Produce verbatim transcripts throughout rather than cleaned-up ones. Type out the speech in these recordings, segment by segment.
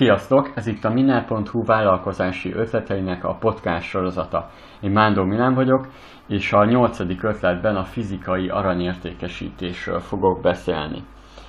Sziasztok! Ez itt a Miner pont hu vállalkozási ötleteinek a podcast sorozata. Én Mándor Milán vagyok, és a nyolcadik ötletben a fizikai aranyértékesítésről fogok beszélni.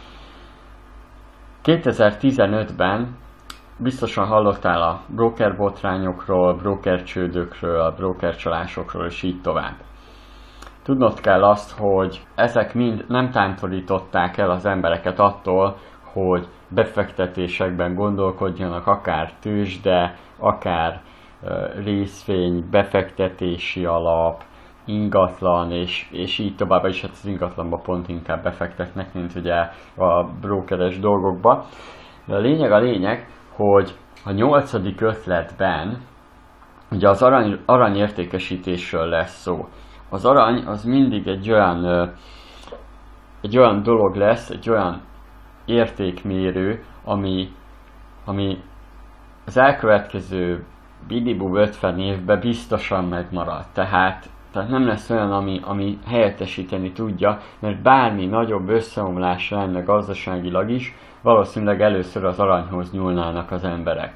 kétezer-tizenötben biztosan hallottál a broker botrányokról, broker csődökről, broker csalásokról, és így tovább. Tudnod kell azt, hogy ezek mind nem tántorították el az embereket attól, hogy befektetésekben gondolkodjanak, akár tőzsde, akár uh, részvény, befektetési alap, ingatlan, és, és így tovább, és hát az ingatlanba pont inkább befektetnek, mint ugye a brokeres dolgokba. De a lényeg a lényeg, hogy a nyolcadik ötletben ugye az arany, aranyértékesítésről lesz szó. Az arany az mindig egy olyan, uh, egy olyan dolog lesz, egy olyan értékmérő, ami, ami az elkövetkező minimum ötven évben biztosan megmarad. Tehát, tehát nem lesz olyan, ami, ami helyettesíteni tudja, mert bármi nagyobb összeomlás lenne gazdaságilag is, valószínűleg először az aranyhoz nyúlnának az emberek.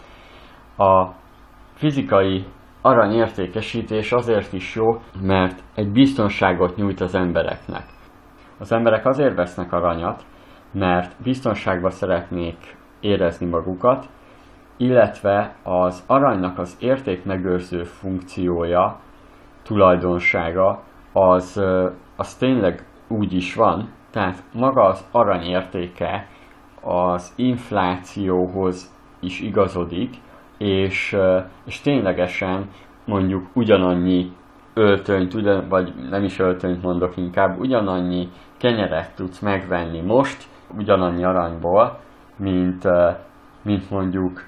A fizikai aranyértékesítés azért is jó, mert egy biztonságot nyújt az embereknek. Az emberek azért vesznek aranyat, mert biztonságban szeretnék érezni magukat, illetve az aranynak az értékmegőrző funkciója, tulajdonsága, az, az tényleg úgy is van, tehát maga az arany értéke az inflációhoz is igazodik, és, és ténylegesen mondjuk ugyanannyi öltönyt, ugyan, vagy nem is öltönyt mondok inkább, ugyanannyi kenyeret tudsz megvenni most, ugyanannyi aranyból, mint, mint mondjuk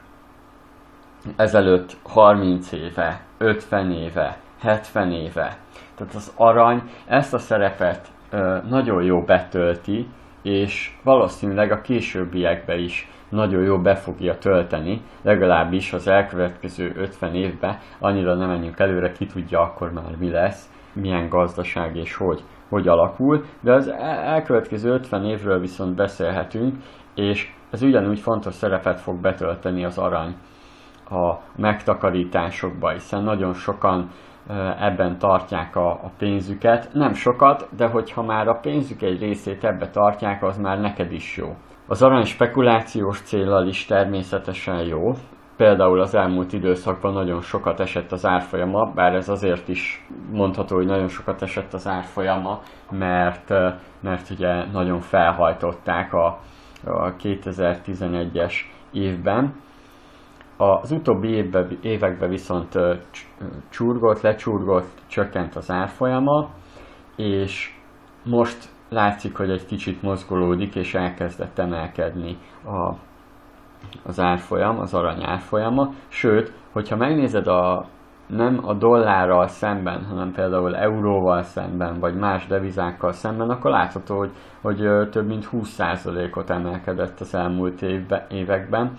ezelőtt harminc éve, ötven éve, hetven éve. Tehát az arany ezt a szerepet nagyon jó betölti, és valószínűleg a későbbiekben is nagyon jó be fogja tölteni, legalábbis az elkövetkező ötven évben, annyira nem menjünk előre, ki tudja akkor már mi lesz, milyen gazdaság és hogy, hogy alakul, de az elkövetkező ötven évről viszont beszélhetünk, és ez ugyanúgy fontos szerepet fog betölteni az arany a megtakarításokba, hiszen nagyon sokan ebben tartják a, a pénzüket, nem sokat, de hogyha már a pénzük egy részét ebbe tartják, az már neked is jó. Az arany spekulációs céllal is természetesen jó. Például az elmúlt időszakban nagyon sokat esett az árfolyama, bár ez azért is mondható, hogy nagyon sokat esett az árfolyama, mert, mert ugye nagyon felhajtották a, a kétezer-tizenegyes évben. Az utóbbi évben, években viszont csurgott, lecsurgott, csökkent az árfolyama, és most látszik, hogy egy kicsit mozgolódik, és elkezdett emelkedni a, az árfolyam, az arany árfolyama. Sőt, hogyha megnézed a, nem a dollárral szemben, hanem például euróval szemben, vagy más devizákkal szemben, akkor látható, hogy, hogy több mint húsz százalékot emelkedett az elmúlt évbe, években.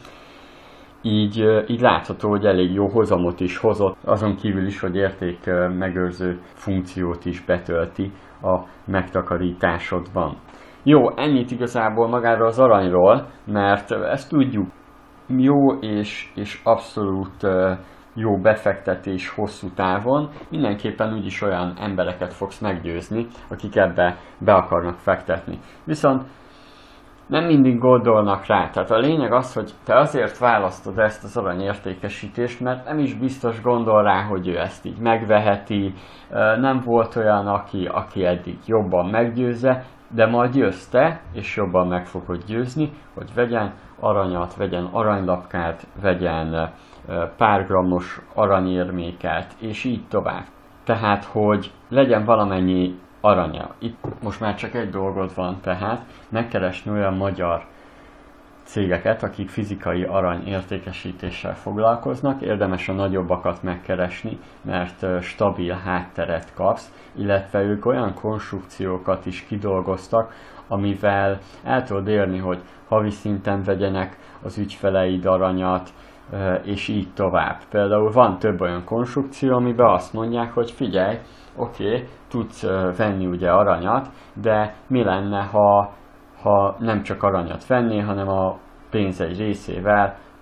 Így, így látható, hogy elég jó hozamot is hozott, azon kívül is, hogy érték megőrző funkciót is betölti a megtakarításodban. Jó, ennyit igazából magáról az aranyról, mert ezt tudjuk, jó és, és abszolút jó befektetés hosszú távon, mindenképpen úgyis olyan embereket fogsz meggyőzni, akik ebbe be akarnak fektetni. Viszont nem mindig gondolnak rá. Tehát a lényeg az, hogy te azért választod ezt az aranyértékesítést, mert nem is biztos gondol rá, hogy ő ezt így megveheti. Nem volt olyan, aki, aki eddig jobban meggyőzze, de majd jössz te, és jobban meg fogod győzni, hogy vegyen aranyat, vegyen aranylapkát, vegyen pár grammos aranyérméket, és így tovább. Tehát, hogy legyen valamennyi aranya. Itt most már csak egy dolgod van, tehát megkeresni olyan magyar cégeket, akik fizikai arany értékesítéssel foglalkoznak. Érdemes a nagyobbakat megkeresni, mert stabil hátteret kapsz, illetve ők olyan konstrukciókat is kidolgoztak, amivel el tudod érni, hogy havi szinten vegyenek az ügyfeleid aranyat, és így tovább. Például van több olyan konstrukció, amiben azt mondják, hogy figyelj, oké, okay, tudsz venni ugye aranyat, de mi lenne, ha, ha nem csak aranyat vennél, hanem a pénz egy részével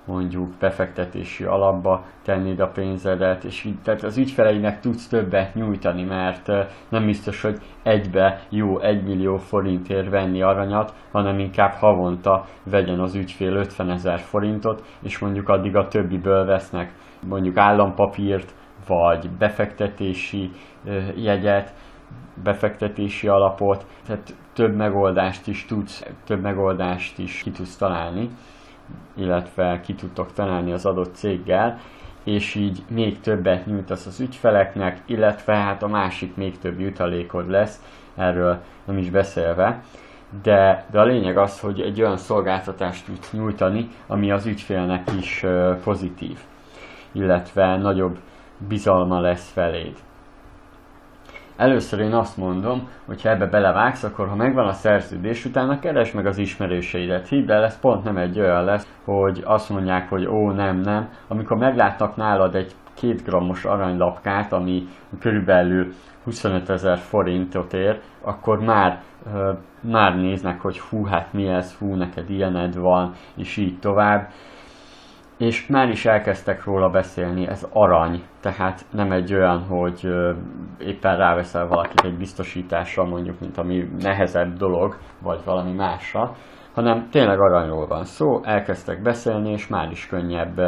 mondjuk befektetési alapba tennéd a pénzedet, és így, tehát az ügyfeleinek tudsz többet nyújtani, mert nem biztos, hogy egybe jó egy millió forintért venni aranyat, hanem inkább havonta vegyen az ügyfél ötvenezer forintot, és mondjuk addig a többiből vesznek mondjuk állampapírt, vagy befektetési jegyet, befektetési alapot, tehát több megoldást is tudsz, több megoldást is ki tudsz találni, illetve ki tudtok találni az adott céggel, és így még többet nyújtasz az ügyfeleknek, illetve hát a másik még több jutalékod lesz, erről nem is beszélve. De, de a lényeg az, hogy egy olyan szolgáltatást tudsz nyújtani, ami az ügyfélnek is pozitív, illetve nagyobb bizalma lesz feléd. Először én azt mondom, hogy ha ebbe belevágsz, akkor ha megvan a szerződés, utána keresd meg az ismerőseidet. Hidd el, ez pont nem egy olyan lesz, hogy azt mondják, hogy ó, nem, nem. Amikor meglátnak nálad egy két grammos aranylapkát, ami körülbelül huszonötezer forintot ér, akkor már, uh, már néznek, hogy hú, hát mi ez, hú, neked ilyened van, és így tovább. És már is elkezdtek róla beszélni, ez arany, tehát nem egy olyan, hogy ö, éppen ráveszel valakit egy biztosításra, mondjuk, mint ami nehezebb dolog, vagy valami másra, hanem tényleg aranyról van szó, elkezdtek beszélni, és már is könnyebb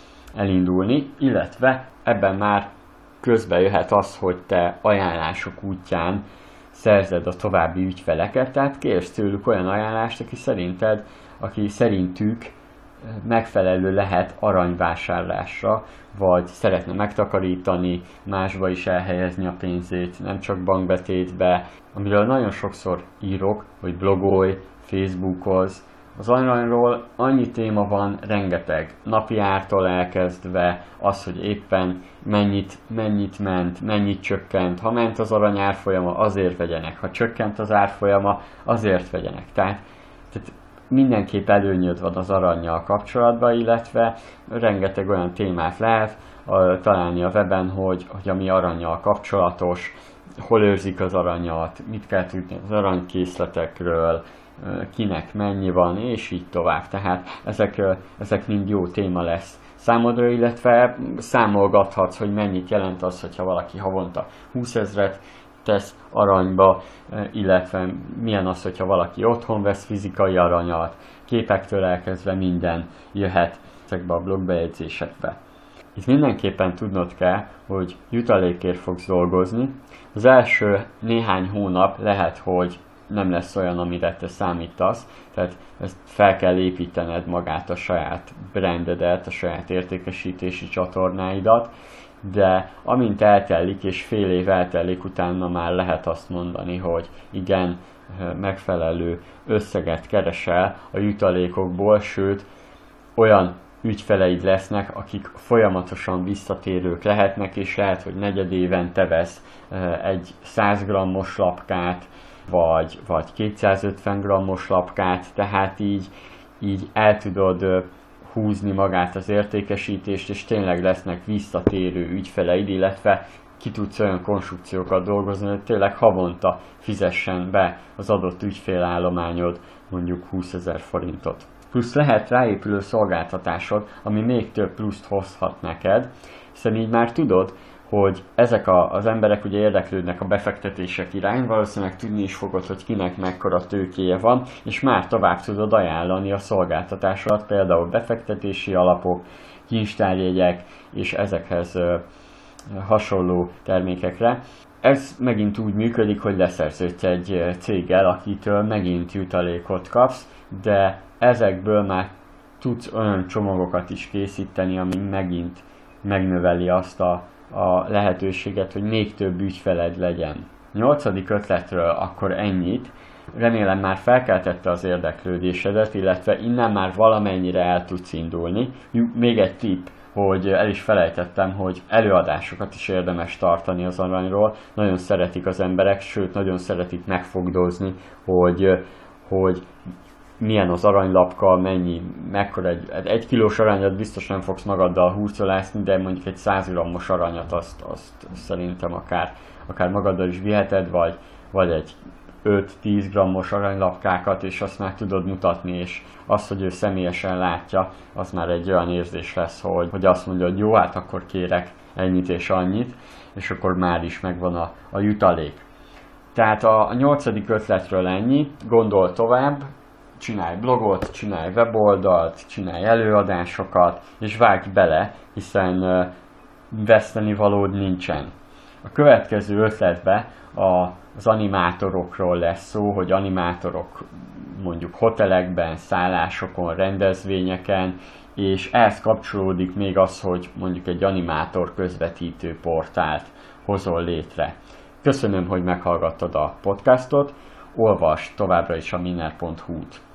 elindulni, illetve ebben már közbe jöhet az, hogy te ajánlások útján szerzed a további ügyfeleket, tehát kérsz tőlük olyan ajánlást, aki szerinted, aki szerintük megfelelő lehet aranyvásárlásra, vagy szeretne megtakarítani, másba is elhelyezni a pénzét, nem csak bankbetétbe, amiről nagyon sokszor írok, hogy blogolj, Facebookoz. Az aranyról annyi téma van, rengeteg, napi ártól elkezdve, az, hogy éppen mennyit, mennyit ment, mennyit csökkent, ha ment az arany árfolyama, azért vegyenek, ha csökkent az árfolyama, azért vegyenek. Tehát, tehát mindenképp előnyöd van az arannyal kapcsolatban, illetve rengeteg olyan témát lehet uh, találni a weben, hogy, hogy ami arannyal kapcsolatos, hol őrzik az aranyat, mit kell tudni az aranykészletekről, uh, kinek mennyi van, és így tovább. Tehát ezek, uh, ezek mind jó téma lesz számodra, illetve számolgathatsz, hogy mennyit jelent az, hogyha valaki havonta húszezret tesz aranyba, illetve milyen az, hogyha valaki otthon vesz fizikai aranyat, képektől elkezdve minden jöhet ezekbe a blogbejegyzésekbe. Itt mindenképpen tudnod kell, hogy jutalékért fogsz dolgozni. Az első néhány hónap lehet, hogy nem lesz olyan, amire te számítasz, tehát ezt fel kell építened magát a saját brandedet, a saját értékesítési csatornáidat, de amint eltelik és fél év eltelik, utána már lehet azt mondani, hogy igen, megfelelő összeget keresel a jutalékokból, sőt, olyan ügyfeleid lesznek, akik folyamatosan visszatérők lehetnek, és lehet, hogy negyedévente vesz egy száz grammos lapkát, vagy, vagy kétszázötven grammos lapkát, tehát így, így el tudod húzni magát az értékesítést, és tényleg lesznek visszatérő ügyfeleid, illetve ki tudsz olyan konstrukciókat dolgozni, hogy tényleg havonta fizessen be az adott ügyfélállományod mondjuk húszezer forintot. Plusz lehet ráépülő szolgáltatásod, ami még több pluszt hozhat neked, hiszen így már tudod, hogy ezek a, az emberek ugye érdeklődnek a befektetések irány, valószínűleg tudni is fogod, hogy kinek mekkora tőkéje van, és már tovább tudod ajánlani a szolgáltatásodat, például befektetési alapok, kincstárjegyek és ezekhez ö, hasonló termékekre. Ez megint úgy működik, hogy leszerződsz egy céggel, akitől megint jutalékot kapsz, de ezekből már tudsz olyan csomagokat is készíteni, ami megint megnöveli azt a a lehetőséget, hogy még több ügyfeled legyen. Nyolcadik ötletről akkor ennyit. Remélem már felkeltette az érdeklődésedet, illetve innen már valamennyire el tudsz indulni. Még egy tipp, hogy el is felejtettem, hogy előadásokat is érdemes tartani az aranyról. Nagyon szeretik az emberek, sőt nagyon szeretik megfogdozni, hogy, hogy milyen az aranylapka, mennyi, mekkora egy, egy kilós aranyat biztos nem fogsz magaddal hurcolászni, de mondjuk egy száz grammos aranyat azt, azt szerintem akár, akár magaddal is viheted, vagy, vagy egy öt-tíz grammos aranylapkákat, és azt már tudod mutatni, és az, hogy ő személyesen látja, az már egy olyan érzés lesz, hogy, hogy azt mondja, hogy jó, hát akkor kérek ennyit és annyit, és akkor már is megvan a, a jutalék. Tehát a, a nyolcadik ötletről ennyi, gondol tovább, csinálj blogot, csinálj weboldalt, csinálj előadásokat, és vágj bele, hiszen uh, veszteni valód nincsen. A következő ötletbe a, az animátorokról lesz szó, hogy animátorok mondjuk hotelekben, szállásokon, rendezvényeken, és ehhez kapcsolódik még az, hogy mondjuk egy animátor közvetítő portált hozol létre. Köszönöm, hogy meghallgattad a podcastot, olvasd továbbra is a miner pont hu-t.